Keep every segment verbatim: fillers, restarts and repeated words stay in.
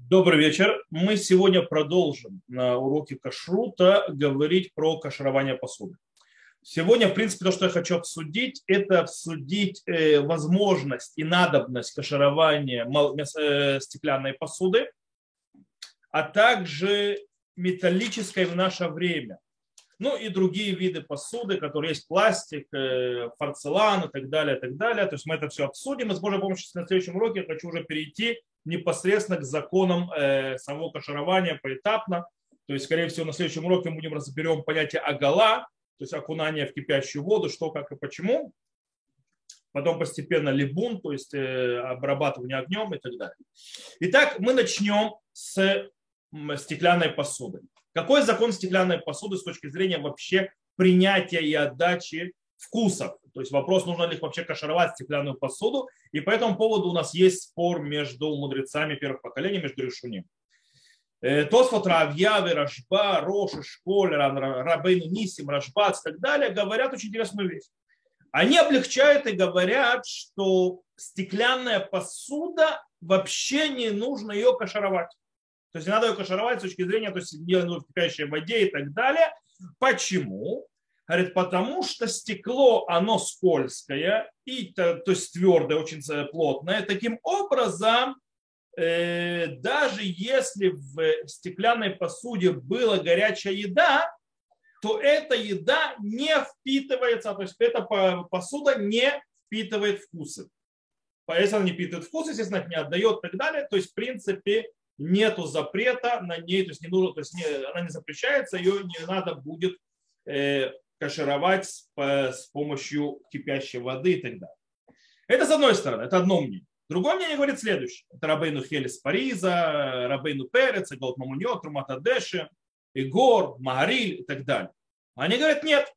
Добрый вечер. Мы сегодня продолжим на уроке кашрута говорить про каширование посуды. Сегодня, в принципе, то, что я хочу обсудить, это обсудить э, возможность и надобность каширования мал- мяс- э, стеклянной посуды, а также металлической в наше время. Ну и другие виды посуды, которые есть пластик, э, порцелан и так далее, и так далее. То есть мы это все обсудим. И с Божьей помощью на следующем уроке я хочу уже перейти непосредственно к законам э, самого каширования поэтапно. То есть, скорее всего, на следующем уроке мы будем разберем понятие агала, то есть окунание в кипящую воду, что, как и почему. Потом постепенно либун, то есть э, обрабатывание огнем и так далее. Итак, мы начнем с стеклянной посуды. Какой закон стеклянной посуды с точки зрения вообще принятия и отдачи вкусов? То есть вопрос, нужно ли вообще кашировать стеклянную посуду. И по этому поводу у нас есть спор между мудрецами первых поколений, между решуним. Тосфот, Равьявы, Рашба, Роши, Школь, Рабейну Нисим, Рашбац и так далее говорят очень интересную вещь. Они облегчают и говорят, что стеклянная посуда вообще не нужно ее кашировать. То есть не надо ее кашировать с точки зрения, то есть делать в кипящей воде и так далее. Почему? Говорит, потому что стекло, оно скользкое, и, то есть твердое, очень плотное. Таким образом, э, даже если в стеклянной посуде была горячая еда, то эта еда не впитывается, то есть эта посуда не впитывает вкусы. Если она не впитывает вкус, естественно, их не отдает и так далее. То есть, в принципе, нету запрета на ней, то есть, не нужно, то есть не, она не запрещается, ее не надо будет э, кашировать с, по, с помощью кипящей воды и так далее. Это с одной стороны, это одно мнение. Другое мнение говорит следующее. Это Рабейну Хелис Париза, Рабейну Перец, Галт Мамуньот, Румат Адеши, Игор, Магариль и так далее. Они говорят, нет.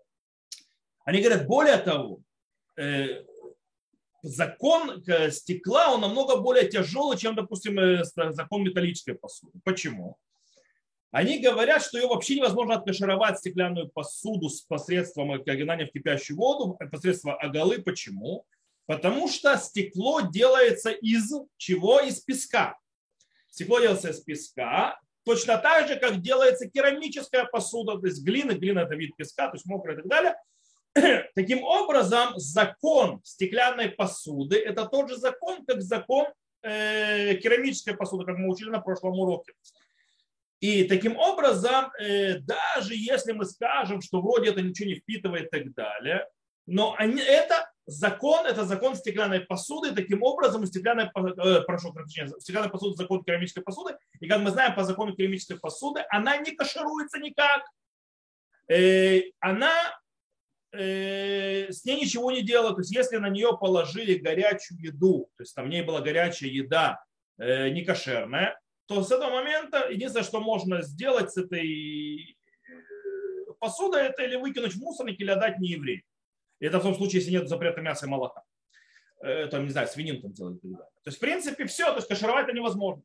Они говорят, более того, э, закон стекла, он намного более тяжелый, чем, допустим, закон металлической посуды. Почему? Они говорят, что ее вообще невозможно откашировать стеклянную посуду с посредством окунания в кипящую воду, посредством агалы. Почему? Потому что стекло делается из чего? Из песка. Стекло делается из песка, точно так же, как делается керамическая посуда, то есть глина. Глина – это вид песка, то есть мокрая и так далее. Таким образом, закон стеклянной посуды – это тот же закон, как закон э, керамической посуды, как мы учили на прошлом уроке. И таким образом, э, даже если мы скажем, что вроде это ничего не впитывает и так далее, но они, это закон, это закон стеклянной посуды, таким образом стеклянная, э, прошу прощения, стеклянная посуда – закон керамической посуды, и как мы знаем по закону керамической посуды, она не кашируется никак. Э, она с ней ничего не делают. То есть если на нее положили горячую еду, то есть там в ней была горячая еда, э, не кошерная, то с этого момента единственное, что можно сделать с этой посудой, это или выкинуть в мусорник, или отдать нееврею. И это в том случае, если нет запрета мяса и молока. Э, там, не знаю, свинину там делать. То есть, в принципе, все, то есть кашировать это невозможно.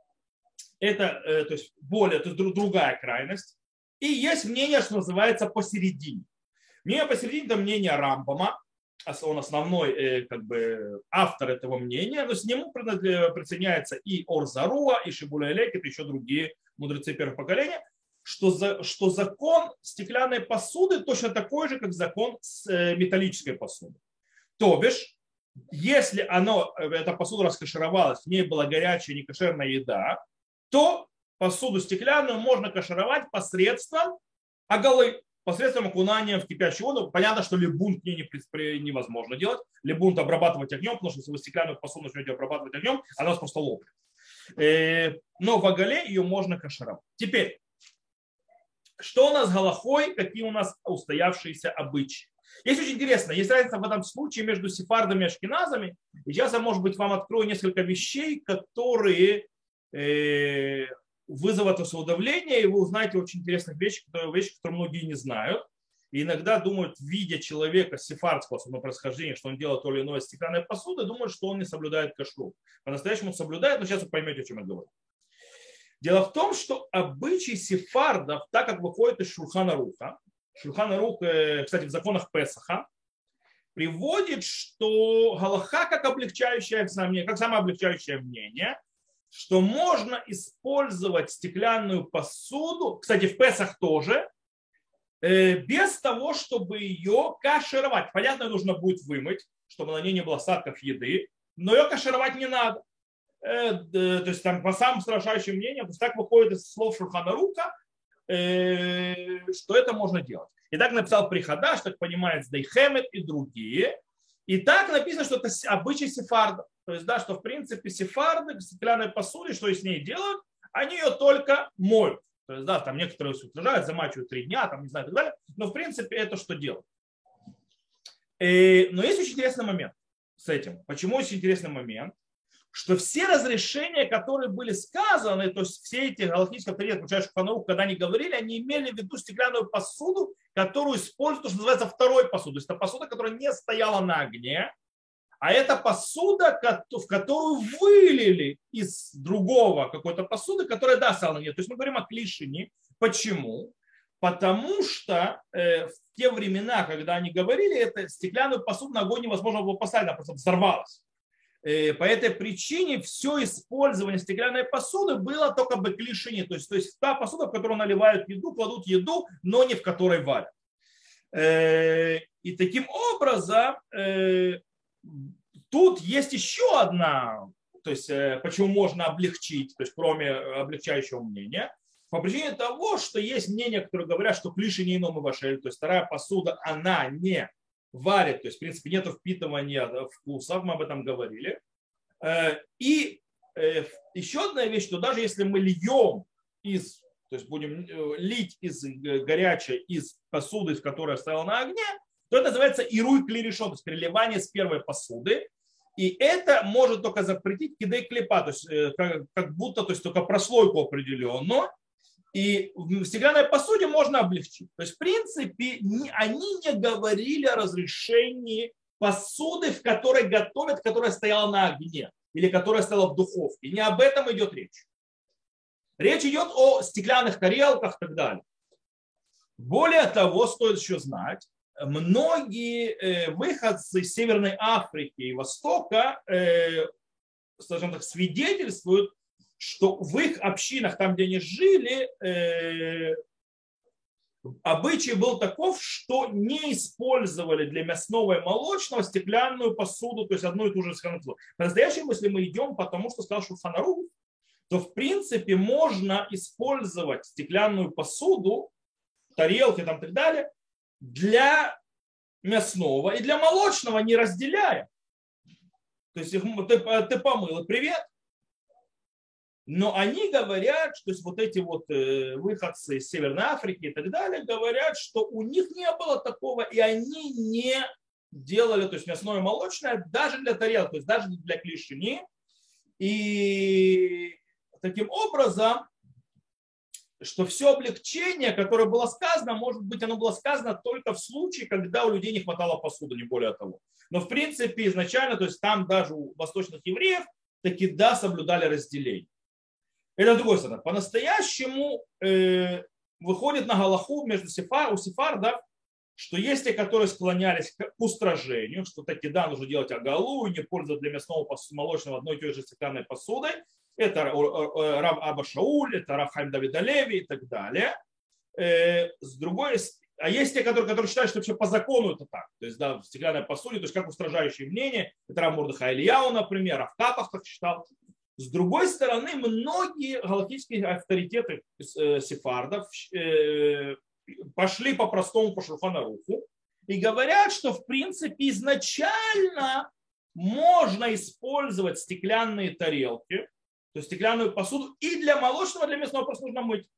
Это э, то есть, более, то есть другая крайность. И есть мнение, что называется посередине. Мнение посередине – это мнение Рамбама, он основной как бы, автор этого мнения, но с нему присоединяется и Ор-Заруа, и Шибуля Элекет, и еще другие мудрецы первого поколения, что, за, что закон стеклянной посуды точно такой же, как закон с металлической посуды. То бишь, если оно, эта посуда раскашировалась, в ней была горячая некошерная еда, то посуду стеклянную можно кашировать посредством агалы. Посредством окунания в кипящую воду. Понятно, что либунт не, не, невозможно делать. Либунт обрабатывать огнем, потому что если вы стеклянную посуду начнете обрабатывать огнем, она вас просто лопнет. Но в агале ее можно кашировать. Теперь, что у нас с галахой, какие у нас устоявшиеся обычаи? Есть очень интересно, есть разница в этом случае между сефардами и ашкеназами. И сейчас я, может быть, вам открою несколько вещей, которые вызовут усудовление, и вы узнаете очень интересные вещи, которые, вещи, которые многие не знают. И иногда думают, видя человека сефардского своего происхождения, что он делает то или иное стеклянной посуды, думают, что он не соблюдает кашрут. По-настоящему соблюдает, но сейчас вы поймете, о чем я говорю. Дело в том, что обычаи сефардов, так как выходит из Шульхана Аруха, Шульхан Арух, кстати, в законах Песаха, приводит, что галаха как облегчающее мнение, как самое облегчающее мнение, что можно использовать стеклянную посуду, кстати, в Песах тоже, без того, чтобы ее кашировать. Понятно, нужно будет вымыть, чтобы на ней не было остатков еды, но ее кашировать не надо. То есть там по самым строжайшим мнениям, то есть так выходит из слов Шулхана Аруха, что это можно делать. И так написал Прихадаш, так понимает Сдейхемет и другие. И так написано, что это обычай сефардов. То есть, да, что в принципе сефарды в стеклянной посуде, что с ней делают, они ее только моют. То есть, да, там некоторые утверждают, замачивают три дня, там, не знаю, и так далее. Но в принципе это что делают. И, но есть очень интересный момент с этим. Почему очень интересный момент? Что все разрешения, которые были сказаны, то есть все эти галактические авторитеты, включая Шулхан Арух, когда они говорили, они имели в виду стеклянную посуду, которую используют, то, что называется, второй посудой. То есть это посуда, которая не стояла на огне, а это посуда, в которую вылили из другого какой-то посуды, которая, да, стояла на огне. То есть мы говорим о клишине. Почему? Потому что э, в те времена, когда они говорили, это стеклянную посуду на огонь невозможно было поставить, она просто взорвалась. По этой причине все использование стеклянной посуды было только бы клишине, то есть, то есть та посуда, в которую наливают еду, кладут еду, но не в которой варят. И таким образом тут есть еще одна, то есть почему можно облегчить, то есть кроме облегчающего мнения, по причине того, что есть мнения, которые говорят, что клишине ином и вашель, то есть вторая посуда, она не варит, то есть, в принципе, нет впитывания вкусов, мы об этом говорили. И еще одна вещь, что даже если мы льем из, то есть будем лить из горячей, из посуды, в которой стояла на огне, то это называется ируй клирешон, то есть переливание с первой посуды. И это может только запретить кидей клепа, то есть как, как будто, то есть только прослойку определенную. И в стеклянной посуде можно облегчить. То есть, в принципе, они не говорили о разрешении посуды, в которой готовят, которая стояла на огне или которая стояла в духовке. Не об этом идет речь. Речь идет о стеклянных тарелках и так далее. Более того, стоит еще знать, многие выходцы из Северной Африки и Востока, скажем так, свидетельствуют, что в их общинах, там, где они жили, э, обычай был таков, что не использовали для мясного и молочного стеклянную посуду, то есть одну и ту же стеклянную посуду. По-настоящему, если мы идем, потому что сказал Шулхан Арух, то в принципе можно использовать стеклянную посуду, тарелки там, и так далее, для мясного и для молочного, не разделяя. То есть ты, ты помыл, и привет. Но они говорят, что есть вот эти вот выходцы из Северной Африки и так далее, говорят, что у них не было такого, и они не делали, то есть мясное и молочное, даже для тарелок, то есть даже для клишини. И таким образом, что все облегчение, которое было сказано, может быть, оно было сказано только в случае, когда у людей не хватало посуды, не более того. Но в принципе изначально, то есть там даже у восточных евреев таки да соблюдали разделение. Это с другой стороны. По-настоящему э, выходит на галаху между сефар, у сефардов, что есть те, которые склонялись к устражению, что таки да, нужно делать агалу и не пользоваться для мясного молочного одной и той же стеклянной посудой. Это Рав Аба Шауль, это Рав Хаим Давид Алеви и так далее. Э, с другой, а есть те, которые, которые считают, что вообще по закону это так. То есть да, в стеклянной посуде, то есть как устражающее мнение. Это Рав Мордехай Ильяу, например, Рав Капах так считал. С другой стороны, многие галактические авторитеты сефардов пошли по простому по Шулхан Аруху и говорят, что в принципе изначально можно использовать стеклянные тарелки, то есть стеклянную посуду и для молочного, и для мясного просто нужно мыть.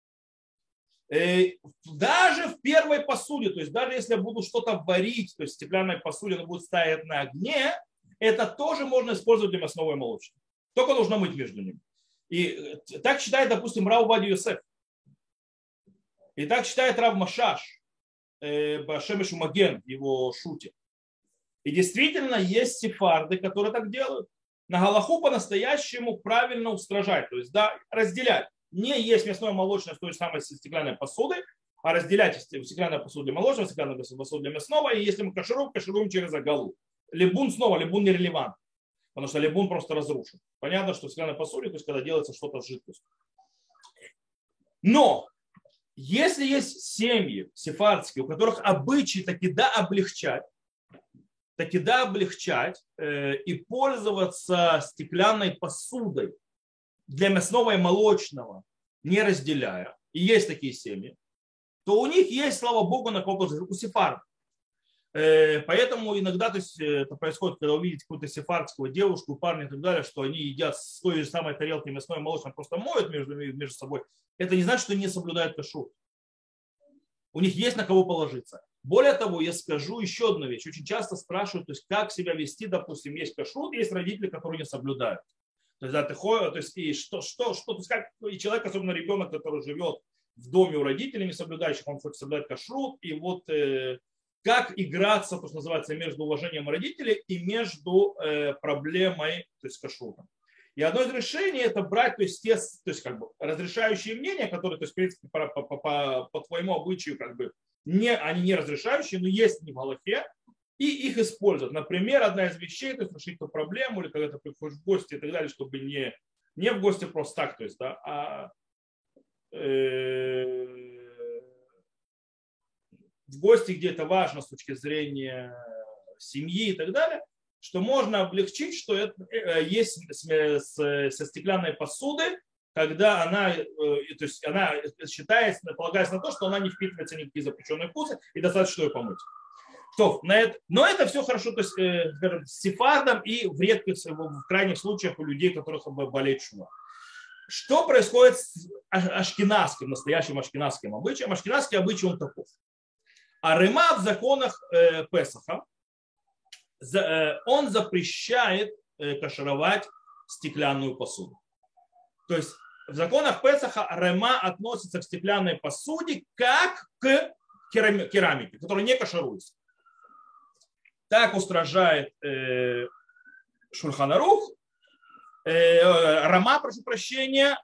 Даже в первой посуде, то есть даже если я буду что-то варить, то есть в стеклянной посуде она будет стоять на огне, это тоже можно использовать для мясного и молочного. Только нужно мыть между ними. И так считает, допустим, Рав Овадия Йосеф. И так считает Рав Машаш, Башемеш Маген, его шуте. И действительно есть сефарды, которые так делают. На галаху по-настоящему правильно устражать. То есть да, разделять. Не есть мясное молочное с той же самой стеклянной посудой, а разделять стеклянную посуду для молочного, стеклянную посуду для мясного. И если мы кашируем, кашируем через агалу. Либун снова, либун нерелевантный. потому что либун просто разрушит. Понятно, что в стеклянной посуде, то есть когда делается что-то с жидкостью. Но если есть семьи сефардские, у которых обычаи таки да облегчать, таки да облегчать э, и пользоваться стеклянной посудой для мясного и молочного, не разделяя, и есть такие семьи, то у них есть, слава богу, на кого у сефардов. Э, поэтому иногда то есть, это происходит, когда увидите какую-то сефардскую девушку, парня и так далее, что они едят с той же самой тарелки мясное и молочное, просто моют между, между собой. Это не значит, что не соблюдают кашрут. У них есть на кого положиться. Более того, я скажу еще одну вещь. Очень часто спрашивают, то есть, как себя вести, допустим, есть кашрут, есть родители, которые не соблюдают. То есть, да, ты ходишь, то есть, и что, что, что, то есть, как и человек, особенно ребенок, который живет в доме у родителей, не соблюдающих, он хочет соблюдать кашрут, и вот э, как играться, то, что называется, между уважением родителей и между э, проблемой, то есть, кашрутом. И одно из решений это брать, то есть, те, то есть как бы разрешающие мнения, которые, то есть, в принципе, по, по, по, по твоему обычаю, как бы, не, они не разрешающие, но есть не в галахе, и их используют. Например, одна из вещей, то есть решить эту проблему, или когда ты приходишь в гости и так далее, чтобы не, не в гости просто так, то есть, да, а э, в гости, где это важно с точки зрения семьи и так далее, что можно облегчить, что это есть со стеклянной посуды, когда она, то есть она считается, полагаясь на то, что она не впитывается никакие запрещенные вкусы и достаточно ее помыть. То, на это, но это все хорошо, то есть, скажем, с сефардом и в редких, в крайних случаях у людей, у которых болеет шуа. Что происходит с ашкеназским, настоящим ашкеназским обычаем? Ашкеназский обычай он таков. А рема в законах Песаха, он запрещает кашировать стеклянную посуду. То есть в законах Песаха рема относится к стеклянной посуде как к керамике, которая не кашируется. Так устражает э, Шульхан Арух, э, Рама, прошу прощения,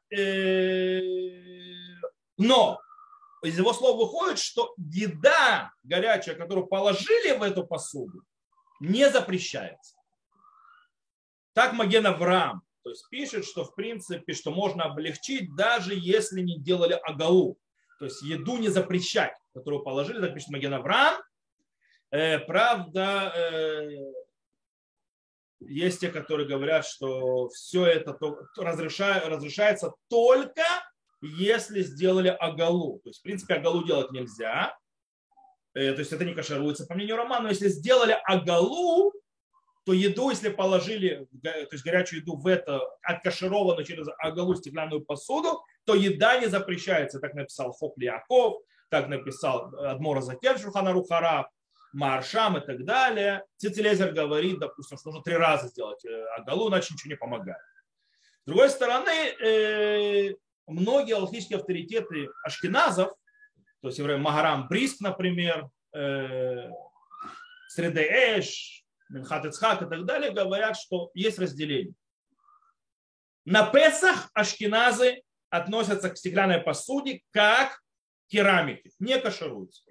э, но из его слов выходит, что еда горячая, которую положили в эту посуду, не запрещается. Так Маген Авраам, то есть пишет, что в принципе, что можно облегчить, даже если не делали агалу. То есть еду не запрещать, которую положили, так пишет Маген Авраам. Э, правда, э, есть те, которые говорят, что все это то, то разреша, разрешается только если сделали агалу. То есть, в принципе, агалу делать нельзя. Э, то есть это не кашируется, по мнению Рама. Но если сделали агалу, то еду, если положили, то есть горячую еду в это, откашированную через агалу стеклянную посуду, то еда не запрещается. Так написал Хохли Яков, так написал Адмор Азакен Шульхан Арух Харав, Маршам и так далее. Цицелезер говорит, допустим, что нужно три раза сделать агалу, иначе ничего не помогает. С другой стороны, многие алхимические авторитеты ашкеназов, то есть Магарам Бриск, например, Среде Эш, Минхат Ицхак и так далее, говорят, что есть разделение. На Песах ашкеназы относятся к стеклянной посуде как к керамике, не кашируются.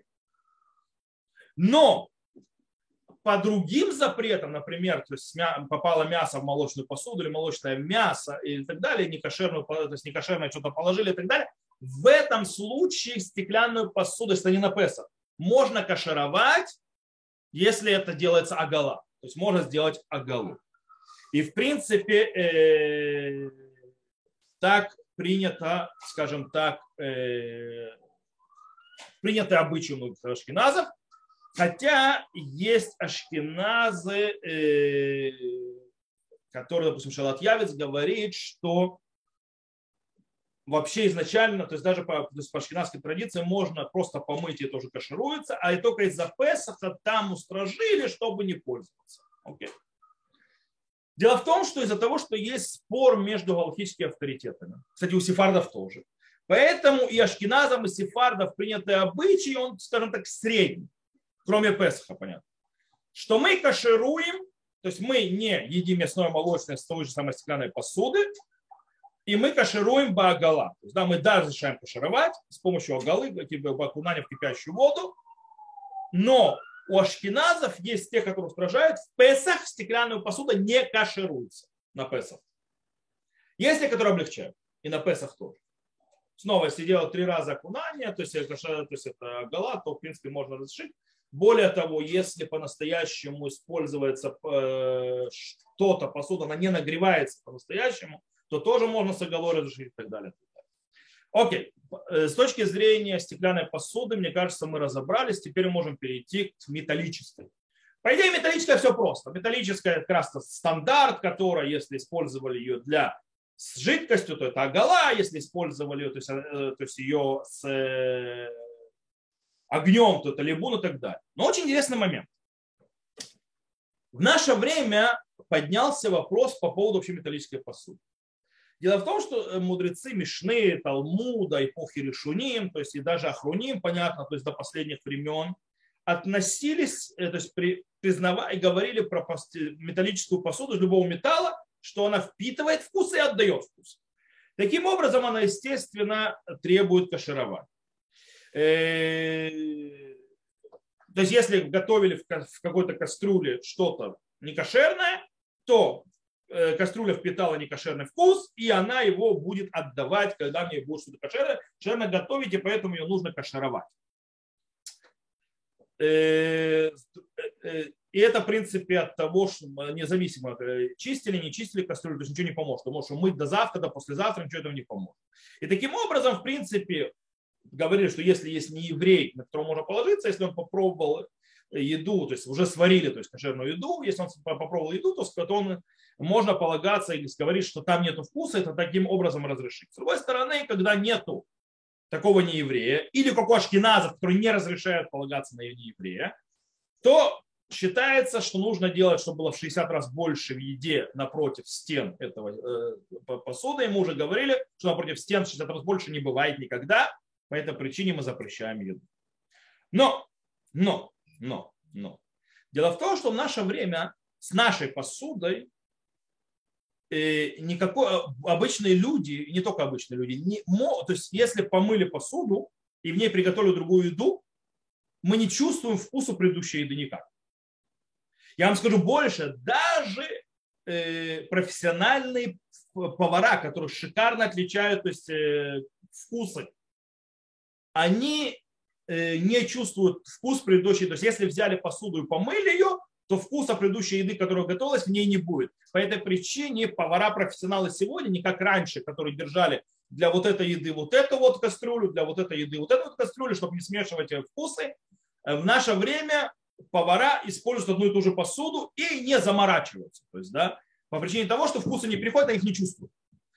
Но по другим запретам, например, то есть попало мясо в молочную посуду или молочное мясо и так далее, некошерную, то есть некошерное что-то положили и так далее, в этом случае стеклянную посуду, если не на Песах, можно кашировать, если это делается агала. То есть можно сделать агалу. И в принципе э, так принято, скажем так, э, принято обычай многих ашкеназов. Хотя есть ашкеназы, э, которые, допустим, Шалат Явец говорит, что вообще изначально, то есть даже по, то есть по ашкеназской традиции можно просто помыть и тоже кашируется, а и только из-за Песаха там устражили, чтобы не пользоваться. Okay. Дело в том, что из-за того, что есть спор между галахическими авторитетами, кстати, у сефардов тоже, поэтому и ашкеназам, и сефардов принятый обычай, он, скажем так, средний. Кроме Песаха, понятно. Что мы кашируем, то есть мы не едим мясное молочное с той же самой стеклянной посуды, и мы кашируем баагала. То есть, да, мы даже решаем кашировать с помощью агалы, окунания в кипящую воду, но у ашкеназов есть те, которые устражают, в Песах стеклянную посуду не кашируется на Песах. Есть те, которые облегчают. И на Песах тоже. Снова, если делать три раза окунание, то есть, то есть это гала, то в принципе можно разрешить. Более того, если по-настоящему используется что-то, посуда, она не нагревается по-настоящему, то тоже можно с оголой разрешить и так далее. Окей. С точки зрения стеклянной посуды, мне кажется, мы разобрались. Теперь мы можем перейти к металлической. По идее, металлическая все просто. Металлическая как раз стандарт, который, если использовали ее для с жидкостью, то это огола. Если использовали ее, то есть, то есть ее с огнем, то это либун и так далее. Но очень интересный момент. В наше время поднялся вопрос по поводу вообще металлической посуды. Дело в том, что мудрецы Мишны, Талмуда, эпохи Решуним, то есть и даже Ахруним, понятно, то есть до последних времен, относились, то есть признавая и говорили про металлическую посуду из любого металла, что она впитывает вкус и отдает вкус. Таким образом, она, естественно, требует каширования. То есть, если готовили в какой-то кастрюле что-то некошерное, то кастрюля впитала некошерный вкус, и она его будет отдавать, когда мне будет что-то кошерное, кошерно готовить, и поэтому ее нужно кашировать. И это, в принципе, от того, что независимо, чистили, не чистили кастрюлю, то есть ничего не поможет. Потому что мыть до завтра, до послезавтра, ничего этого не поможет. И таким образом, в принципе, говорили, что если есть не еврей, на которого можно положиться, если он попробовал еду, то есть уже сварили, то есть кошерную еду, если он попробовал еду, то он можно полагаться или говорить, что там нету вкуса, это таким образом разрешить. С другой стороны, когда нету такого нееврея, или как у ашкеназов, которые не разрешают полагаться на нееврея, то считается, что нужно делать, чтобы было в шестьдесят раз больше в еде напротив стен этого э, посуды. И мы уже говорили, что напротив стен в шестьдесят раз больше не бывает никогда. По этой причине мы запрещаем еду. Но, но, но, но. Дело в том, что в наше время с нашей посудой э, никакой, обычные люди, не только обычные люди, не, то есть если помыли посуду и в ней приготовили другую еду, мы не чувствуем вкуса предыдущей еды никак. Я вам скажу больше, даже э, профессиональные повара, которые шикарно отличают, то есть, э, вкусы, они э, не чувствуют вкус предыдущей. То есть если взяли посуду и помыли ее, то вкуса предыдущей еды, которая готовилась, в ней не будет. По этой причине повара-профессионалы сегодня, не как раньше, которые держали для вот этой еды вот эту вот кастрюлю, для вот этой еды вот эту вот кастрюлю, чтобы не смешивать вкусы, в наше время повара используют одну и ту же посуду и не заморачиваются. То есть, да, по причине того, что вкусы не приходят, а их не чувствуют.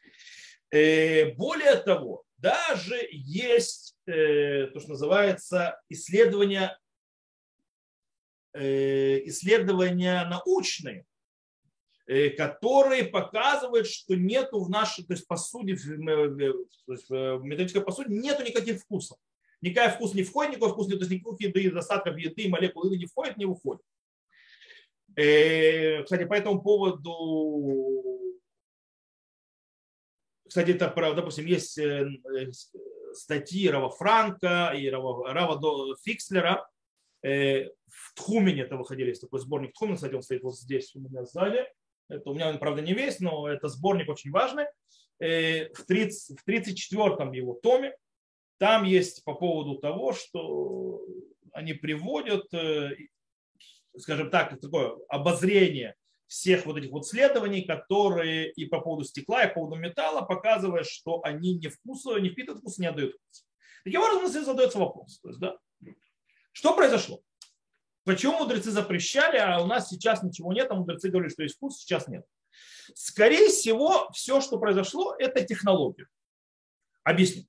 Более того, даже есть то, что называется исследования, исследования научные, которые показывают, что нету в нашей, то есть посуде, то есть в металлической посуде нету никаких вкусов. Никакой вкус не входит, никакой вкус нет, то есть никаких еды, достатков еды, молекул еды не входит, не выходит. Кстати, по этому поводу, кстати, это, допустим, есть статьи Рава Франка и Рава, Рава Фикслера. В Тхумине это выходили, есть такой сборник Тхумин, кстати, он стоит вот здесь у меня сзади. Это у меня он, правда, не весь, но это сборник очень важный. В тридцать четвёртом его томе там есть по поводу того, что они приводят, скажем так, такое обозрение всех вот этих вот исследований, которые и по поводу стекла, и по поводу металла показывают, что они не, вкуса, не впитывают вкус, не отдают вкус. Таким образом, здесь задается вопрос. То есть, да, что произошло? Почему мудрецы запрещали, а у нас сейчас ничего нет, а мудрецы говорили, что есть вкус, сейчас нет? Скорее всего, все, что произошло, это технология. Объясню.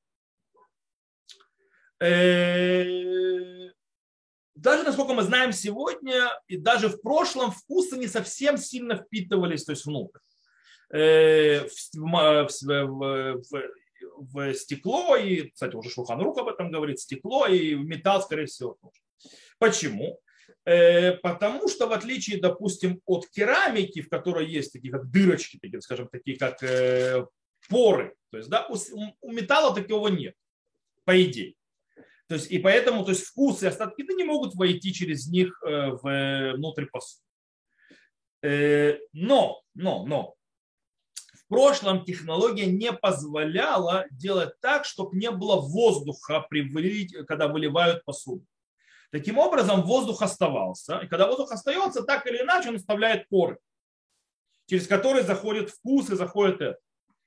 Даже, насколько мы знаем сегодня, и даже в прошлом вкусы не совсем сильно впитывались, то есть внутрь. В, в, в, в стекло, и, кстати, уже Шулхан Арух об этом говорит, стекло и металл, скорее всего, тоже. Почему? Потому что в отличие, допустим, от керамики, в которой есть такие как дырочки, такие, скажем, такие как поры, то есть, да, у, у металла такого нет, по идее. То есть, и поэтому то есть, вкус и остатки еды не могут войти через них э, в, внутрь посуды. Э, но, но, но, в прошлом технология не позволяла делать так, чтобы не было воздуха, при вылить, когда выливают посуду. Таким образом, воздух оставался. И когда воздух остается, так или иначе, он оставляет поры, через которые заходит вкус и заходит это.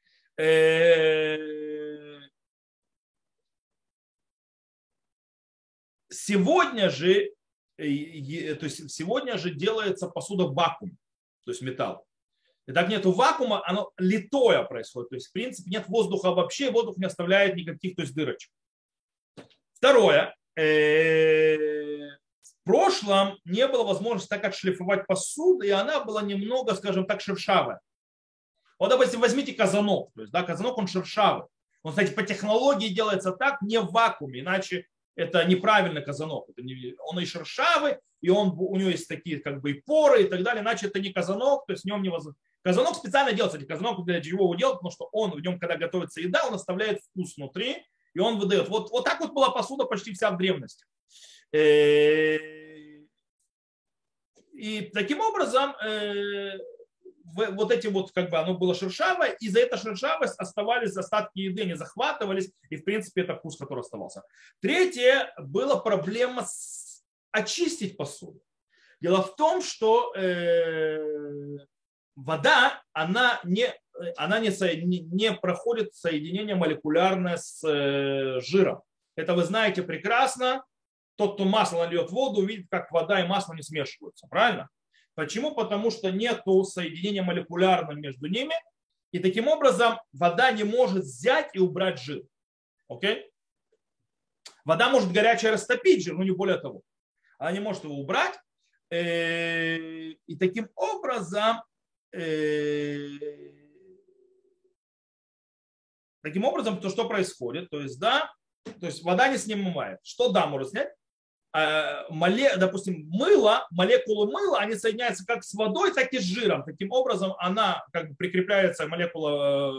Сегодня же, то есть сегодня же делается посуда в вакууме, то есть металл. И так нету вакуума, оно литое происходит. То есть, в принципе, нет воздуха вообще, воздух не оставляет никаких, то есть, дырочек. Второе. В прошлом не было возможности так отшлифовать посуду, и она была немного, скажем так, шершавая. Вот, допустим, возьмите казанок. То есть, да, казанок, он шершавый. Он, кстати, по технологии делается так, не в вакууме, иначе это неправильный казанок. Это не, он и шершавый, и он, у него есть такие как бы и поры и так далее, иначе это не казанок, то есть в нем невозможно. Казанок специально делается, казанок для чего его делают, потому что он в нем, когда готовится еда, он оставляет вкус внутри, и он выдает. Вот, вот так вот была посуда почти вся в древности. И таким образом вот эти вот, как бы оно было шершавое, и за это шершавость оставались остатки еды, не захватывались, и в принципе это вкус, который оставался. Третье, была проблема с очистить посуду. Дело в том, что э, вода, она, не, она не, со, не, не проходит соединение молекулярное с э, жиром. Это вы знаете прекрасно. Тот, кто масло нальет в воду, увидит, как вода и масло не смешиваются. Правильно? Почему? Потому что нет соединения молекулярного между ними. И таким образом вода не может взять и убрать жир. Окей? Вода может горячая растопить жир, но не более того. Она не может его убрать. И таким образом, таким образом, то что происходит? То есть, да, то есть вода не снимает. Что да может снять? Моле, допустим, мыло, молекулы мыла, они соединяются как с водой, так и с жиром. Таким образом, она как бы прикрепляется, молекула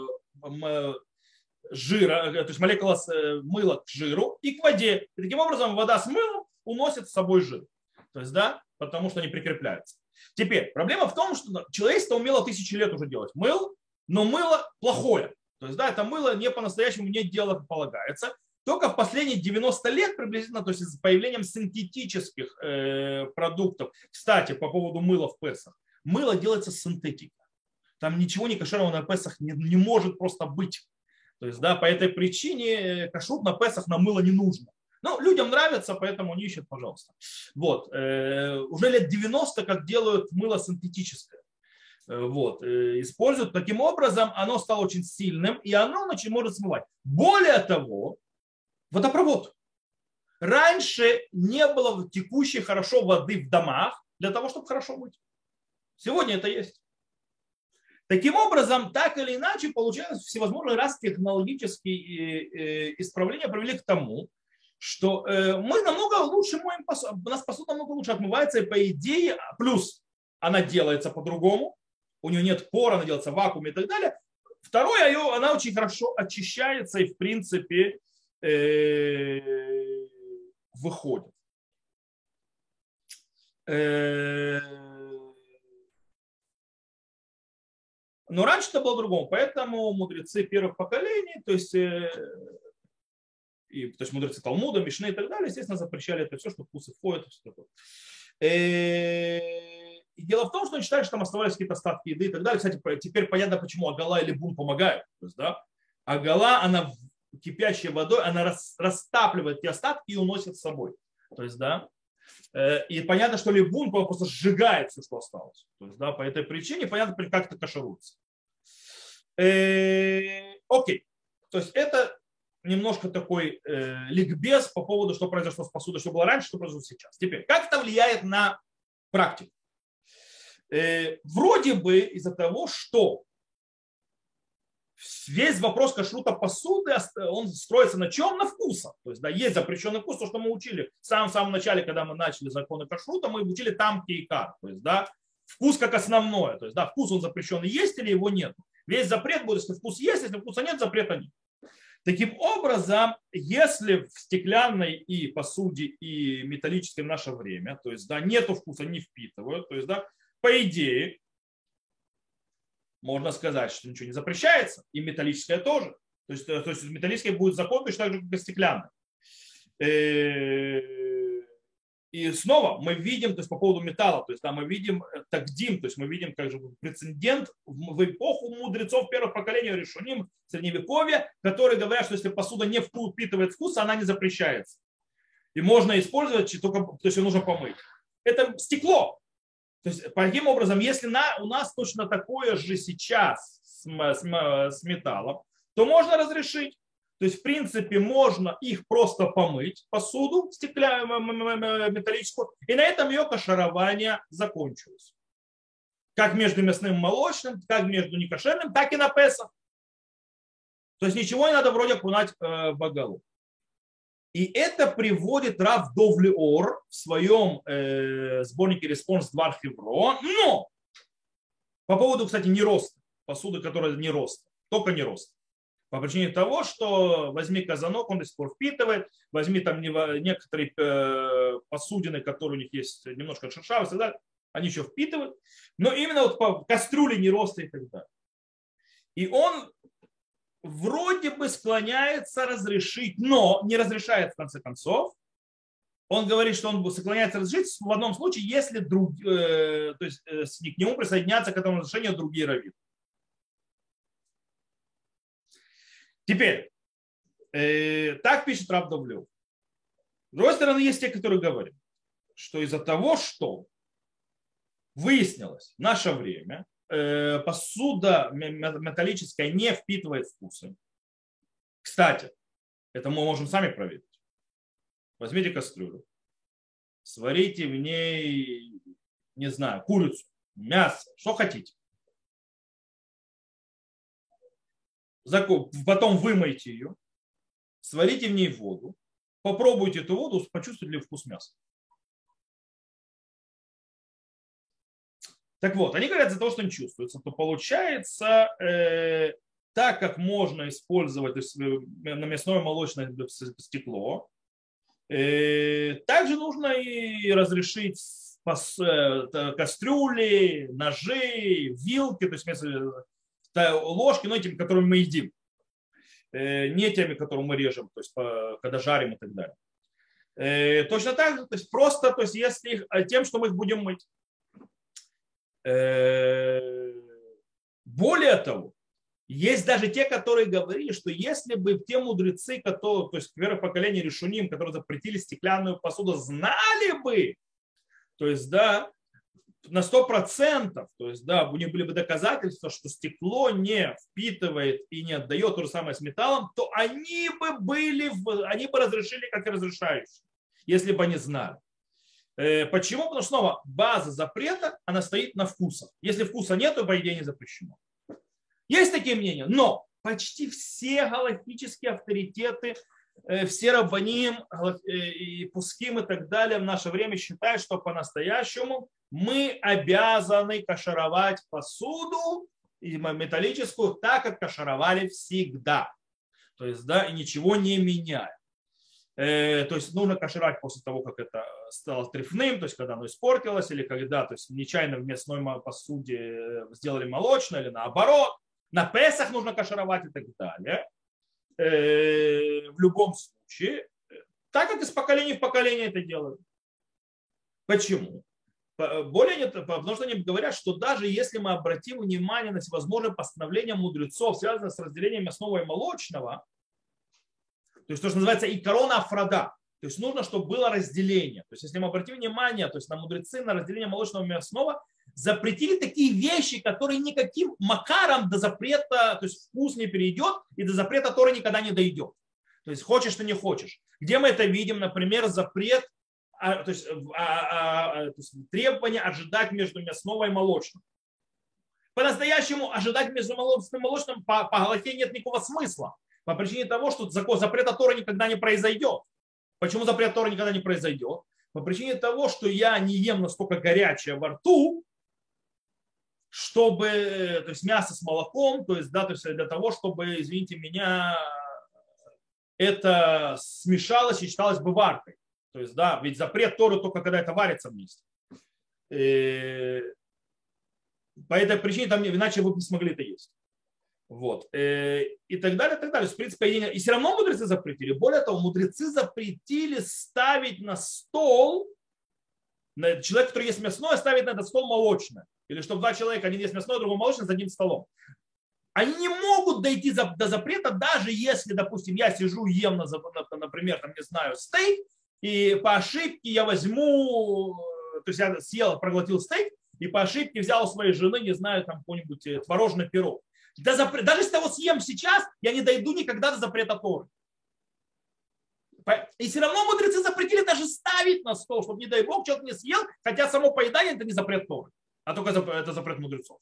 жира, то есть молекула мыла к жиру и к воде. И таким образом, вода с мылом уносит с собой жир. То есть, да, потому что они прикрепляются. Теперь, проблема в том, что человечество умело тысячи лет уже делать мыло, но мыло плохое. То есть, да, это мыло не по-настоящему не дело, как полагается. Только в последние девяносто лет приблизительно, то есть с появлением синтетических э, продуктов. Кстати, по поводу мыла в Песах. Мыло делается с синтетикой. Там ничего не кошерного на Песах не, не может просто быть. То есть, да, по этой причине кашрут на Песах на мыло не нужно. Ну, людям нравится, поэтому не ищут, пожалуйста. Вот. Э, уже лет девяносто, как делают мыло синтетическое. Э, вот. Э, используют. Таким образом, оно стало очень сильным, и оно значит, может смывать. Более того, водопровод. Раньше не было текущей хорошо воды в домах для того, чтобы хорошо быть. Сегодня это есть. Таким образом, так или иначе, получается, всевозможные раз технологические исправления привели к тому, что мы намного лучше моем посуду, у нас посуда намного лучше отмывается, и по идее, плюс она делается по-другому, у нее нет пор, она делается в вакууме и так далее. Второе, она очень хорошо очищается и, в принципе, выходит. Но раньше это было по-другому, поэтому мудрецы первых поколений, то есть, и, то есть мудрецы Талмуда, Мишны и так далее, естественно, запрещали это все, что вкусы входят. И все такое. И дело в том, что они считали, что там оставались какие-то остатки еды и так далее. Кстати, теперь понятно, почему агала или бун помогают. То есть, да, агала, она кипящей водой, она растапливает эти остатки и уносит с собой. То есть, да. И понятно, что либун просто сжигает все, что осталось. То есть, да, по этой причине понятно, как это кашируется. Окей. То есть это немножко такой э, ликбез по поводу, что произошло с посудой, что было раньше, что произошло сейчас. Теперь, как это влияет на практику? Э, вроде бы из-за того, что весь вопрос кашрута посуды, он строится на чем? На вкусах. То есть, да, есть запрещенный вкус, то, что мы учили в самом, самом начале, когда мы начали законы кашрута, мы учили там кейкар. То есть, да, вкус как основное. То есть, да, вкус он запрещенный есть или его нет. Весь запрет будет, если вкус есть, если вкуса нет, запрета нет. Таким образом, если в стеклянной и посуде, и металлической в наше время, то есть, да, нету вкуса, не впитывают, то есть, да, по идее, можно сказать, что ничего не запрещается, и металлическое тоже. То есть, то есть металлическое будет закон точно так же, как и стеклянное. И снова мы видим, то есть по поводу металла, то есть да, мы видим тагдим, то есть мы видим как же прецедент в эпоху мудрецов первых поколений решуним средневековья, которые говорят, что если посуда не впитывает вкус, она не запрещается. И можно использовать, только, то есть ее нужно помыть. Это стекло. То есть таким образом, если на, у нас точно такое же сейчас с, с, с металлом, то можно разрешить. То есть, в принципе, можно их просто помыть, посуду стеклянную, металлическую, и на этом ее кошерование закончилось. Как между мясным и молочным, как между некошерным, так и на Песах. То есть ничего не надо вроде окунать в оголу. И это приводит Рав Дов Леор в своем э, сборнике «Респонс Двар Хеврон». Но по поводу, кстати, нероста, посуды, которая не роста, только не роста. По причине того, что возьми казанок, он до сих пор впитывает, возьми там некоторые посудины, которые у них есть немножко шершавые и так далее, они еще впитывают, но именно вот по кастрюле не роста и так далее. И он вроде бы склоняется разрешить, но не разрешает в конце концов. Он говорит, что он склоняется разрешить в одном случае, если друг, э, то есть, э, к нему присоединятся к этому разрешению другие раввины. Теперь, э, так пишет Рав Дов Леор. С другой стороны, есть те, которые говорят, что из-за того, что выяснилось в наше время, э, посуда металлическая не впитывает вкусы. Кстати, это мы можем сами проверить. Возьмите кастрюлю, сварите в ней, не знаю, курицу, мясо, что хотите. Потом вымойте ее, сварите в ней воду, попробуйте эту воду, почувствуете ли вкус мяса. Так вот, они говорят, из-за того, что не чувствуется, то получается, э, так как можно использовать то есть, на мясное молочное стекло, э, также нужно и разрешить пос, э, кастрюли, ножи, вилки, то есть ложки, но этими, которыми мы едим, не теми, которые мы режем, то есть когда жарим и так далее. Точно так же, то есть просто, то есть если их, тем, что мы их будем мыть. Более того, есть даже те, которые говорили, что если бы те мудрецы, которые, то есть первое поколение решуним, которые запретили стеклянную посуду, знали бы, то есть да, на сто процентов, то есть, да, у них были бы доказательства, что стекло не впитывает и не отдает то же самое с металлом, то они бы были, они бы разрешили как и разрешающие, если бы они знали. Почему? Потому что снова база запрета, она стоит на вкусах. Если вкуса нет, то по идее не запрещено. Есть такие мнения, но почти все галактические авторитеты, все раббаним и пуским и так далее в наше время считают, что по-настоящему мы обязаны кашаровать посуду металлическую так, как кашаровали всегда. То есть, да, и ничего не меняя. Э, то есть нужно кашировать после того, как это стало трефным, то есть когда оно испортилось, или когда то есть, нечаянно в мясной посуде сделали молочное, или наоборот. На Песах нужно кашировать и так далее. Э, в любом случае, так как из поколения в поколение это делают. Почему? Более нет, потому что они говорят, что даже если мы обратим внимание на всевозможные постановления мудрецов, связанные с разделением мясного и молочного, то есть то, что называется икарон афрада, то есть нужно, чтобы было разделение. То есть если мы обратим внимание то есть на мудрецы, на разделение молочного и мясного, запретили такие вещи, которые никаким макаром до запрета, то есть вкус не перейдет, и до запрета Торы никогда не дойдет. То есть хочешь ты не хочешь. Где мы это видим? Например, запрет, то есть, а, а, то есть требование ожидать между мясного и молочным. По-настоящему ожидать между молочным и молочным по, по галахе нет никакого смысла. По причине того, что закон запрета Торы никогда не произойдет. Почему запрет Торы никогда не произойдет? По причине того, что я не ем настолько горячее во рту, чтобы, то есть мясо с молоком, то есть, да, то есть для того, чтобы, извините меня, это смешалось и считалось бы варкой. То есть, да, ведь запрет Торы только когда это варится вместе. И по этой причине там иначе вы бы не смогли это есть. Вот. И так далее, и так далее. В принципе, и все равно мудрецы запретили. Более того, мудрецы запретили ставить на стол, человек, который ест мясное, ставить на этот стол молочное. Или чтобы два человека, один ест мясное, другой молочное, за одним столом. Они не могут дойти до запрета, даже если, допустим, я сижу, ем, например, там, не знаю, стейк, и по ошибке я возьму, то есть я съел, проглотил стейк, и по ошибке взял у своей жены, не знаю, там какой-нибудь творожный пирог. Даже если я его съем сейчас, я не дойду никогда до запрета Торы. И все равно мудрецы запретили даже ставить на стол, чтобы, не дай бог, человек не съел, хотя само поедание это не запрет Торы, а только это запрет мудрецов.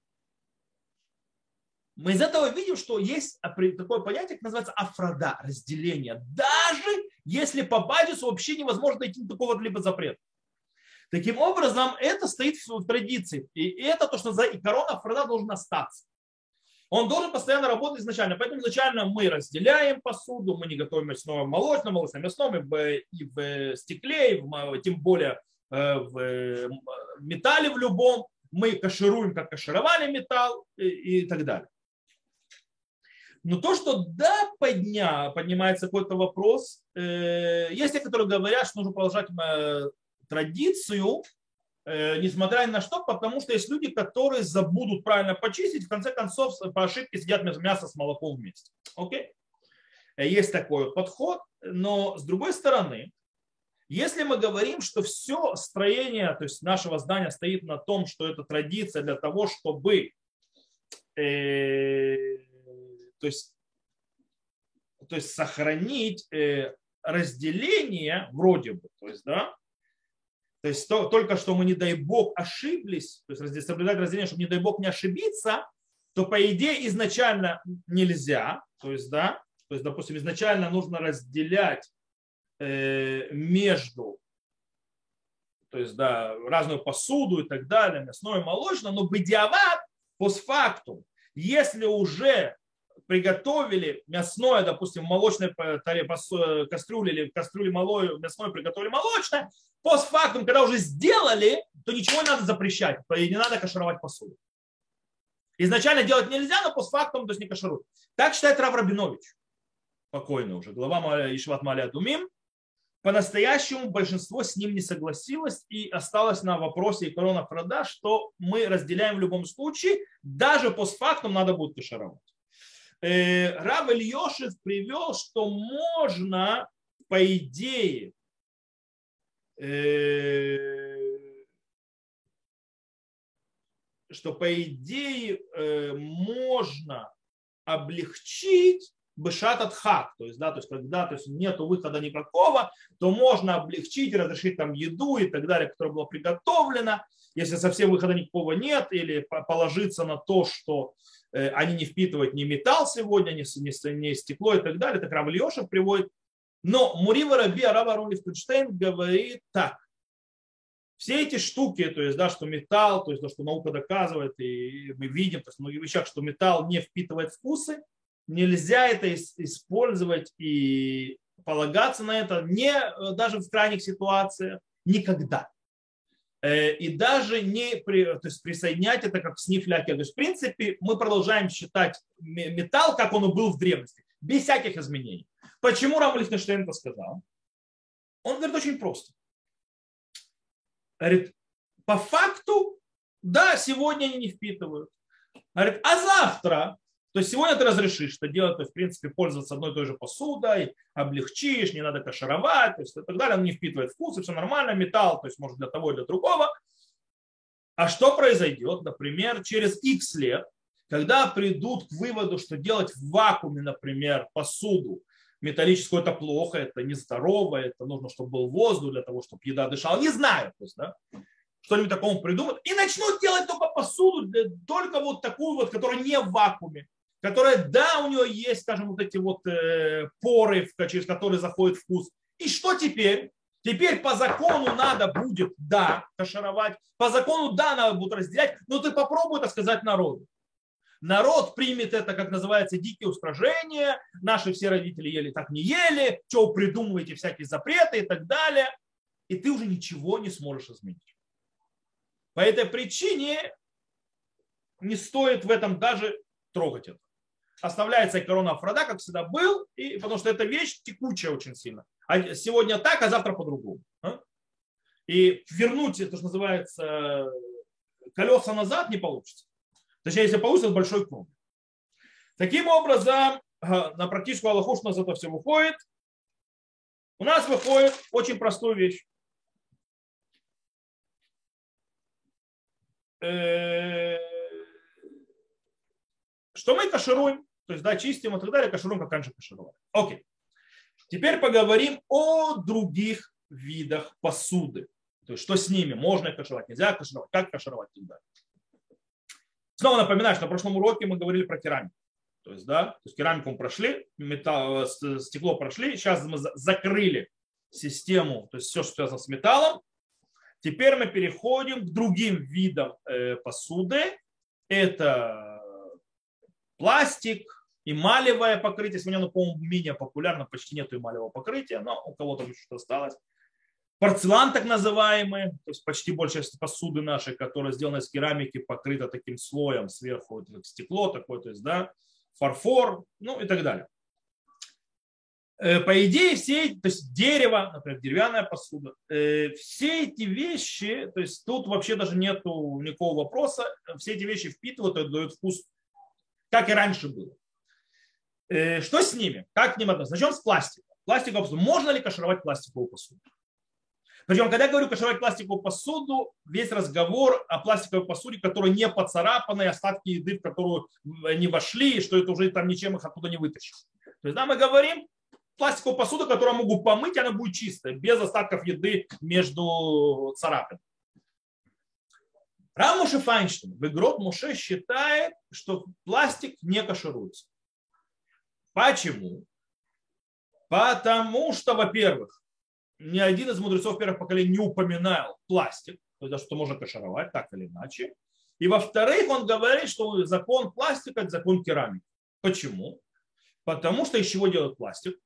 Мы из этого видим, что есть такое понятие, как называется афрада, разделение. Даже если по базису вообще невозможно найти такого либо запрета. Таким образом, это стоит в традиции. И это то, что за икарон афрада должен остаться. Он должен постоянно работать изначально. Поэтому изначально мы разделяем посуду, мы не готовим мясное молочное, молочное мясное, мы и в стекле, и в, тем более в металле в любом. Мы кашируем, как кашировали металл и, и так далее. Но то, что да, подня, поднимается какой-то вопрос, э, есть те, которые говорят, что нужно продолжать э, традицию, э, несмотря ни на что, потому что есть люди, которые забудут правильно почистить, в конце концов по ошибке съедят мясо с молоком вместе. Окей? Есть такой подход, но с другой стороны, если мы говорим, что все строение, то есть нашего здания стоит на том, что это традиция для того, чтобы э, То есть, то есть сохранить э, разделение вроде бы, то есть, да, то есть то, только что мы, не дай бог, ошиблись, то есть соблюдать разделение, чтобы, не дай бог, не ошибиться, то по идее изначально нельзя, то есть, да, то есть, допустим, изначально нужно разделять э, между, то есть, да, разную посуду и так далее, мясное и молочное, но бедиават, постфактум, если уже приготовили мясное, допустим, в молочной кастрюле или в кастрюле малое, мясное приготовили молочное, постфактум, когда уже сделали, то ничего не надо запрещать, и не надо кашировать посуду. Изначально делать нельзя, но постфактум, то есть не кашируют. Так считает Рав Рабинович, покойный уже, глава Ешиват Маале Адумим. По-настоящему большинство с ним не согласилось и осталось на вопросе икарон афрада, что мы разделяем в любом случае, даже постфактум надо будет кашировать. Рав Ильёшев привел, что можно, по идее, что по идее можно облегчить бешат ат-хак, то есть, да, то есть когда то есть, нет выхода никакого, то можно облегчить, разрешить там еду и так далее, которая была приготовлена. Если совсем выхода никакого нет, или положиться на то, что они не впитывают ни металл сегодня, ни, ни, ни стекло и так далее, так Рав Ильёшев приводит. Но Мурива Раби Рав Арон Лихтенштейн говорит так. Все эти штуки, то есть, да, что металл, то есть, то, что наука доказывает, и мы видим, то есть, в многих вещах, что металл не впитывает вкусы, нельзя это использовать и полагаться на это не даже в крайних ситуациях, никогда. И даже не при, то есть присоединять это как снифляки. То есть, в принципе, мы продолжаем считать металл, как он и был в древности, без всяких изменений. Почему Рав Лихтенштейн это сказал? Он говорит очень просто. Говорит, по факту, да, сегодня они не впитывают. Говорит, а завтра, то есть сегодня ты разрешишь это делать, то есть, в принципе, пользоваться одной и той же посудой, облегчишь, не надо кашировать, то есть, и так далее, он не впитывает вкус, и все нормально, металл, то есть, может, для того и для другого. А что произойдет, например, через X лет, когда придут к выводу, что делать в вакууме, например, посуду металлическую, это плохо, это нездорово, это нужно, чтобы был воздух для того, чтобы еда дышала, не знаю, то есть, да, что-нибудь такому придумают, и начнут делать только посуду, только вот такую вот, которая не в вакууме, которая, да, у нее есть, скажем, вот эти вот э, поры, через которые заходит вкус. И что теперь? Теперь по закону надо будет, да, кашировать, по закону, да, надо будет разделять, но ты попробуй это сказать народу. Народ примет это, как называется, дикие устражения. Наши все родители ели, так не ели. Что вы придумываете, всякие запреты и так далее. И ты уже ничего не сможешь изменить. По этой причине не стоит в этом даже трогать это. Оставляется корона Афрода, как всегда был, и, потому что эта вещь текучая очень сильно. А сегодня так, а завтра по-другому. И вернуть, это что называется, колеса назад не получится. Точнее, если получится, то большой круг. Таким образом, на практическую аллаху, что у нас это все выходит, у нас выходит очень простую вещь. Что мы кашируем, то есть да, чистим и так далее, кашируем, как раньше кашировали. Окей. Теперь поговорим о других видах посуды. То есть что с ними, можно их кашировать, нельзя кашировать, как кашировать и так далее. Снова напоминаю, что на прошлом уроке мы говорили про керамику. То есть, да, то есть керамику мы прошли, металл, стекло прошли, сейчас мы закрыли систему, то есть все, что связано с металлом. Теперь мы переходим к другим видам посуды. Это пластик, эмалевое покрытие. Сегодня оно, по-моему, менее популярно, почти нет эмалевого покрытия, но у кого-то еще что-то осталось. Порцелан так называемый, то есть почти большая часть посуды нашей, которая сделана из керамики, покрыта таким слоем сверху, это как стекло такое, то есть, да, фарфор, ну и так далее. По идее, все, то есть дерево, например, деревянная посуда, все эти вещи, то есть тут вообще даже нет никакого вопроса, все эти вещи впитывают и дают вкус, как и раньше было. Что с ними? Как к ним относиться? Начнем с пластика. Пластиковую посуду. Можно ли кашировать пластиковую посуду? Причем, когда я говорю кашировать пластиковую посуду, весь разговор о пластиковой посуде, которая не поцарапана, и остатки еды, в которую не вошли, и что это уже там ничем их оттуда не вытащить. То есть, да, мы говорим пластиковую посуду, которую могу помыть, она будет чистая, без остатков еды между царапин. Рав Моше Файнштейн в Игрот Моше считает, что пластик не кашируется. Почему? Потому что, во-первых, ни один из мудрецов первых поколений не упоминал пластик, то есть что можно кашировать так или иначе. И во-вторых, он говорит, что закон пластика – это закон керамики. Почему? Потому что из чего делают пластик?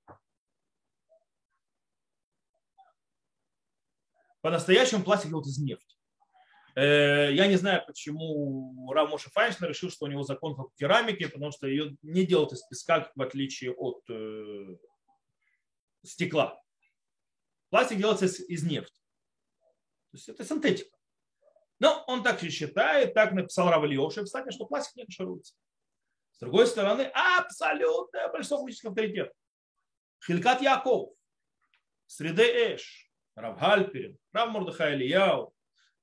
По-настоящему пластик делают из нефти. Я не знаю, почему Рав Моше Файнштейн решил, что у него закон как керамики, потому что ее не делают из песка, в отличие от стекла. Пластик делается из, из нефти. То есть это синтетика. Но он так же считает, так написал Рав Ильёшев, кстати, что пластик не кашируется. С другой стороны, абсолютное большинство физических авторитетов. Хилькат Яков, Среде Эш, Рав Гальперин, Рав Мордехай Элияу,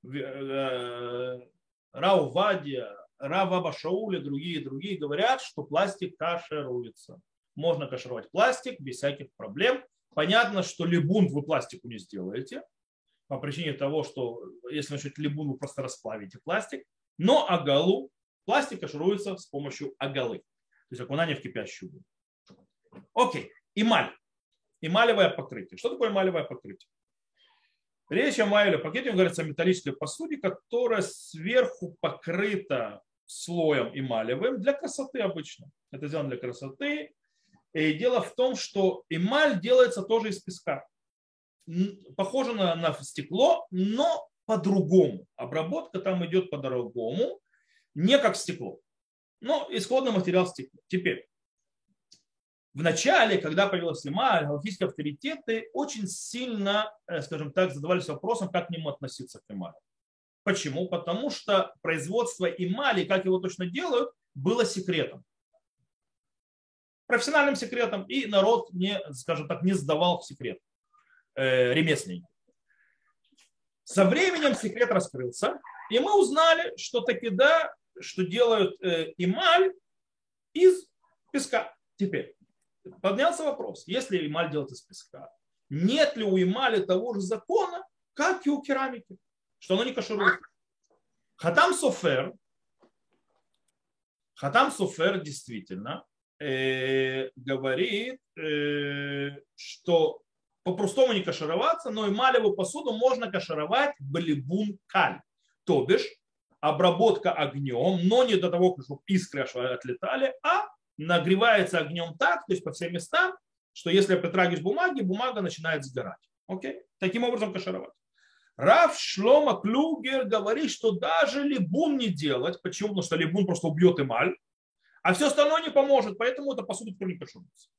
Рав Вадия, Рав Аба Шауля, другие другие говорят, что пластик кашируется. Можно кашировать пластик без всяких проблем. Понятно, что либун вы пластику не сделаете, по причине того, что если начать либун, вы просто расплавите пластик. Но агалу, пластик кашируется с помощью агалы, то есть окунания в кипящую воду. Окей, эмаль. Эмалевое покрытие. Что такое эмалевое покрытие? Речь о эмалевом покрытии, говорится о металлической посуде, которая сверху покрыта слоем эмалевым для красоты обычно. Это сделано для красоты. И дело в том, что эмаль делается тоже из песка. Похоже на, на стекло, но по-другому. Обработка там идет по-другому, не как стекло. Но исходный материал стекла. Теперь, в начале, когда появилась эмаль, галактические авторитеты очень сильно, скажем так, задавались вопросом, как к нему относиться к эмали. Почему? Потому что производство эмали, как его точно делают, было секретом. Профессиональным секретом, и народ не, скажем так, не сдавал в секрет э, ремесленники. Со временем секрет раскрылся, и мы узнали, что таки да, что делают э, эмаль из песка. Теперь поднялся вопрос, если эмаль делают из песка, нет ли у эмали того же закона, как и у керамики, что оно не каширует. Хатам Софер, Хатам Софер действительно Э, говорит, э, что по-простому не кашироваться, но эмалевую посуду можно кашировать балибун каль. То бишь, обработка огнем, но не до того, чтобы искры отлетали, а нагревается огнем так, то есть по всем местам, что если притрагиваешь бумаги, бумага начинает сгорать. Окей? Таким образом кашировать. Рав Шломо Клюгер говорит, что даже либун не делать. Почему? Потому что либун просто убьет эмаль, а все остальное не поможет, поэтому эта посуда теперь не кашируется.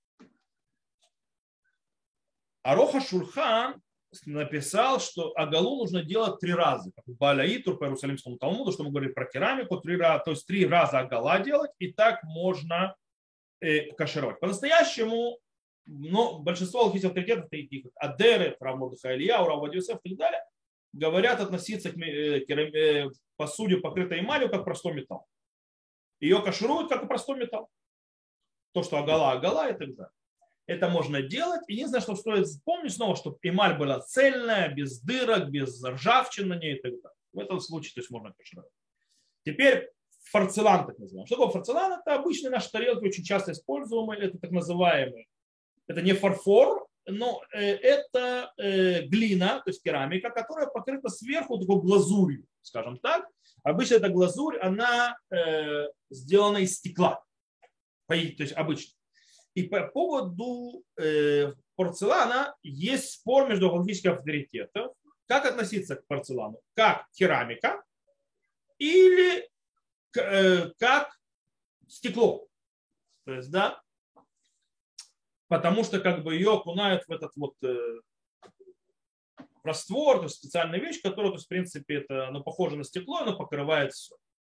Арух ха-Шульхан написал, что агалу нужно делать три раза. Как в Бааля-Итур по Иерусалимскому Талмуду, что мы говорили про керамику, три раза, то есть три раза агала делать, и так можно э, кашировать. По-настоящему, но большинство алхимических авторитетов, таких как Адеры, Рав Мордехай Ильяу, Рав Овадия Йосеф и так далее, говорят относиться к э, посуде, покрытой эмалью, как простой металл. Ее кашируют, как и простой металл. То, что агала, агала и так далее. Это можно делать. Единственное, что стоит помнить снова, чтобы эмаль была цельная, без дырок, без ржавчины на ней и так далее. В этом случае то есть можно кашировать. Теперь форцелан, так называемый. Что такое форцелан? Это обычный наш тарелки, очень часто используемый. Это так называемый. Это не фарфор, но это глина, то есть керамика, которая покрыта сверху такой глазурью, скажем так. Обычно эта глазурь, она сделана из стекла. То есть обычно. И по поводу э, порцелана есть спор между галактических авторитетов, как относиться к порцелану, как керамика или э, как стекло. То есть, да, потому что как бы ее окунают в этот вот э, раствор, то есть специальная вещь, которая, то есть, в принципе, это, оно похоже на стекло, оно покрывает все.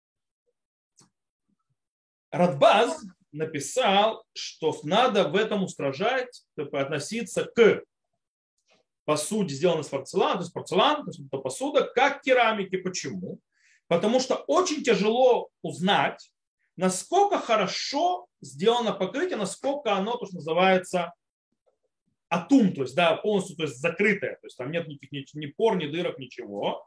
Радбаз написал, что надо в этом устражать, относиться к посуде, сделанной из порцелана, то есть порцелан, то есть это посуда, как к керамике. Почему? Потому что очень тяжело узнать, насколько хорошо сделано покрытие, насколько оно, то, что называется, атум, то есть, да, полностью, то есть закрытое, то есть там нет никаких ни, ни пор, ни дырок, ничего.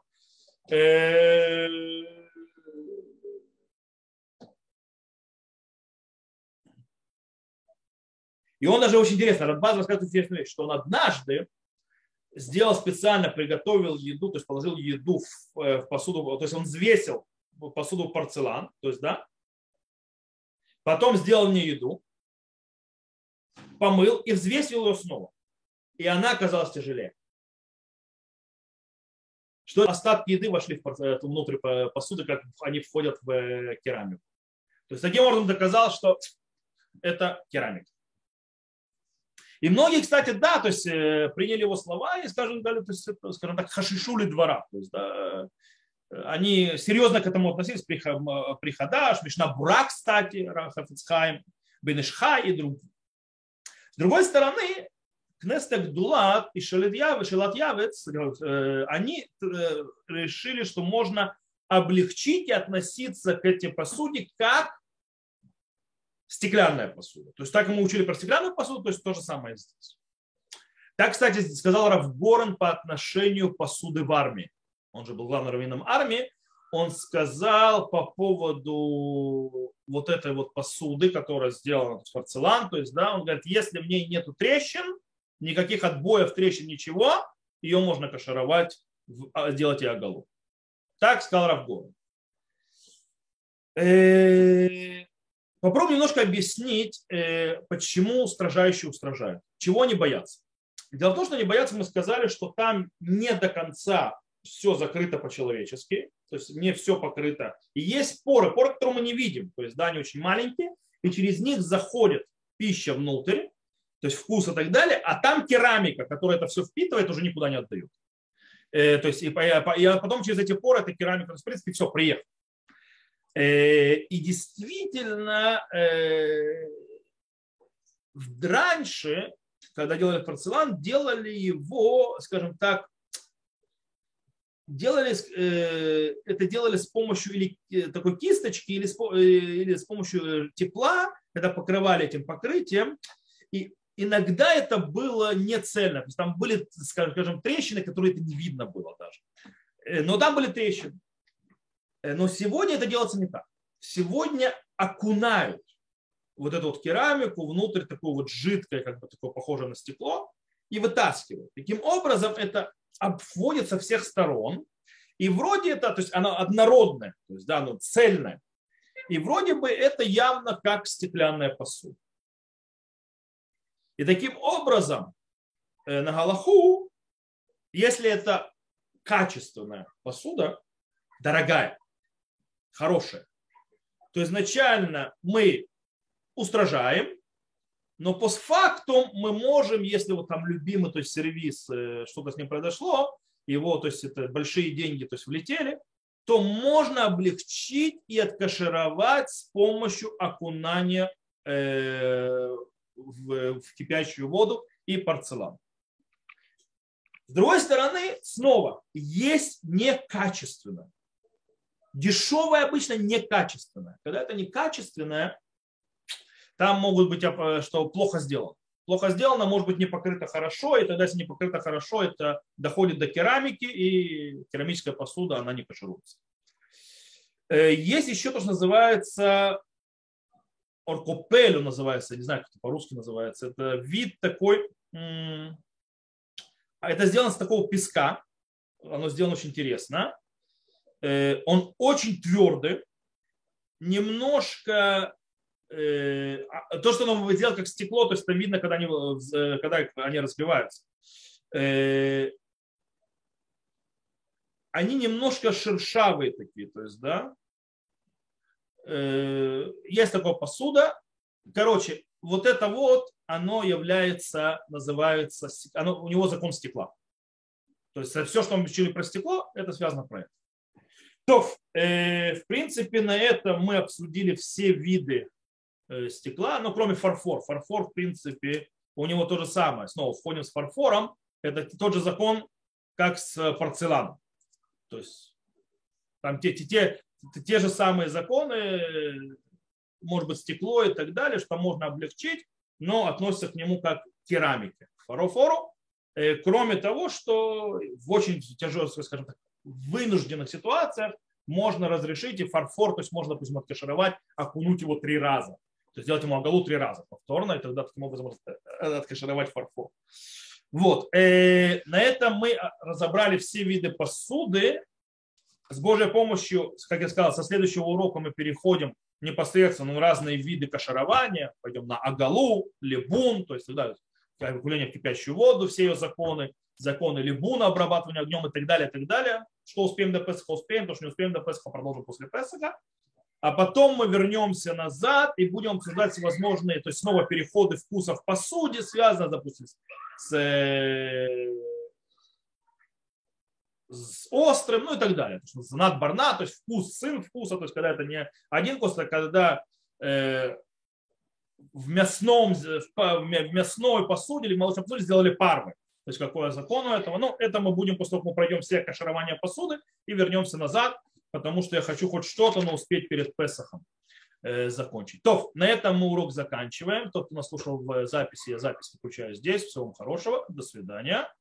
И он даже очень интересно, Радбаз рассказывает интересную вещь, что он однажды сделал специально, приготовил еду, то есть положил еду в, в посуду, то есть он взвесил посуду порцелан, то есть, да, потом сделал мне еду, помыл и взвесил ее снова. И она оказалась тяжелее. Что остатки еды вошли внутрь посуды, как они входят в керамику. То есть таким образом доказал, что это керамика. И многие, кстати, да, то есть приняли его слова и, скажем, дали, то есть, скажем так, хашишули двора. То есть, да, они серьезно к этому относились, Приходаш, Мишна Бура, кстати, Хафицхайм, Бен Ишхай и другие. С другой стороны, Кнессет Гдула и Шелат Явец, они решили, что можно облегчить и относиться к этой посуде как стеклянная посуда. То есть так мы учили про стеклянную посуду, то есть то же самое здесь. Так, кстати, сказал Рав Горен по отношению к посуды в армии. Он же был главным раввином армии. Он сказал по поводу вот этой вот посуды, которая сделана в порцелан. То есть, да, он говорит, если в ней нету трещин, никаких отбоев, трещин, ничего, ее можно кашировать, делать и оголу. Так сказал Рав Горен. Попробуем немножко объяснить, почему устражающие устражают. Чего они боятся. Дело в том, что они боятся, мы сказали, что там не до конца все закрыто по-человечески, то есть не все покрыто. И есть поры, поры, которые мы не видим, то есть да, они очень маленькие, и через них заходит пища внутрь, то есть вкус и так далее, а там керамика, которая это все впитывает, уже никуда не отдает. То есть и потом через эти поры эта керамика, в принципе, все, приехала. И действительно, раньше, когда делали порцелан, делали его, скажем так, делали, это делали с помощью или такой кисточки, или с, или с помощью тепла, когда покрывали этим покрытием. И иногда это было не цельно. То есть там были, скажем, трещины, которые это не видно было даже. Но там были трещины. Но сегодня это делается не так. Сегодня окунают вот эту вот керамику внутрь такой вот жидкое, как бы такое похожее на стекло, и вытаскивают. Таким образом это обводится со всех сторон, И вроде это, то есть оно однородное, то есть да, оно цельное. И вроде бы это явно как стеклянная посуда. И таким образом на галаху, если это качественная посуда, дорогая, хорошая, то изначально мы устражаем, но постфактум мы можем, если вот там любимый, то есть сервис, что-то с ним произошло, его, то есть это большие деньги, то есть влетели, то можно облегчить и откашировать с помощью окунания э, в, в кипящую воду и порцелан. С другой стороны, снова, есть некачественное. Дешевое обычно некачественное. Когда это некачественное, там могут быть, что плохо сделано. Плохо сделано, может быть не покрыто хорошо, и тогда, если не покрыто хорошо, это доходит до керамики, и керамическая посуда, она не кашируется. Есть еще то, что называется оркопелю, называется, не знаю, как это по-русски называется. Это вид такой, это сделано с такого песка, оно сделано очень интересно. Он очень твердый, немножко то, что оно делает как стекло, то есть это видно, когда они, когда они разбиваются. Они немножко шершавые такие, то есть, да. Есть такая посуда. Короче, вот это вот, оно является, называется, оно, у него закон стекла. То есть все, что мы учили про стекло, это связано про это. То, в принципе, на этом мы обсудили все виды стекла, но кроме фарфор. Фарфор, в принципе, у него то же самое. Снова входим с фарфором. Это тот же закон, как с порцеланом. То есть там те, те, те, те же самые законы, может быть, стекло и так далее, что можно облегчить, но относятся к нему как к керамике. Фарфору. Кроме того, что в очень тяжелых, скажем так, вынужденных ситуациях можно разрешить и фарфор, то есть можно, допустим, откашировать, окунуть его три раза. То есть сделать ему агалу три раза повторно, и тогда таким образом откашировать фарфор. Вот. На этом мы разобрали все виды посуды. С Божьей помощью, как я сказал, со следующего урока мы переходим непосредственно на разные виды каширования. Пойдем на агалу, лебун, то есть тогда окунение в кипящую воду, все ее законы, законы лебуна, обрабатывание огнем и так далее, и так далее. Что успеем до Песаха, успеем, то, что не успеем до Песаха, продолжим после Песаха. А потом мы вернемся назад и будем обсуждать всевозможные, то есть снова переходы вкусов в посуде, связанные, допустим, с, с острым, ну и так далее. Над барна, то есть вкус, сын вкуса, то есть когда это не один вкус, а когда э, в, мясном, в мясной посуде или в молочной посуде сделали парвы. То есть какой закон у этого. Ну, это мы будем, после того, как мы пройдем все каширования посуды и вернемся назад, потому что я хочу хоть что-то, но успеть перед Песахом э, закончить. То, на этом мы урок заканчиваем. Тот, кто нас слушал в записи, я запись выключаю здесь. Всего вам хорошего. До свидания.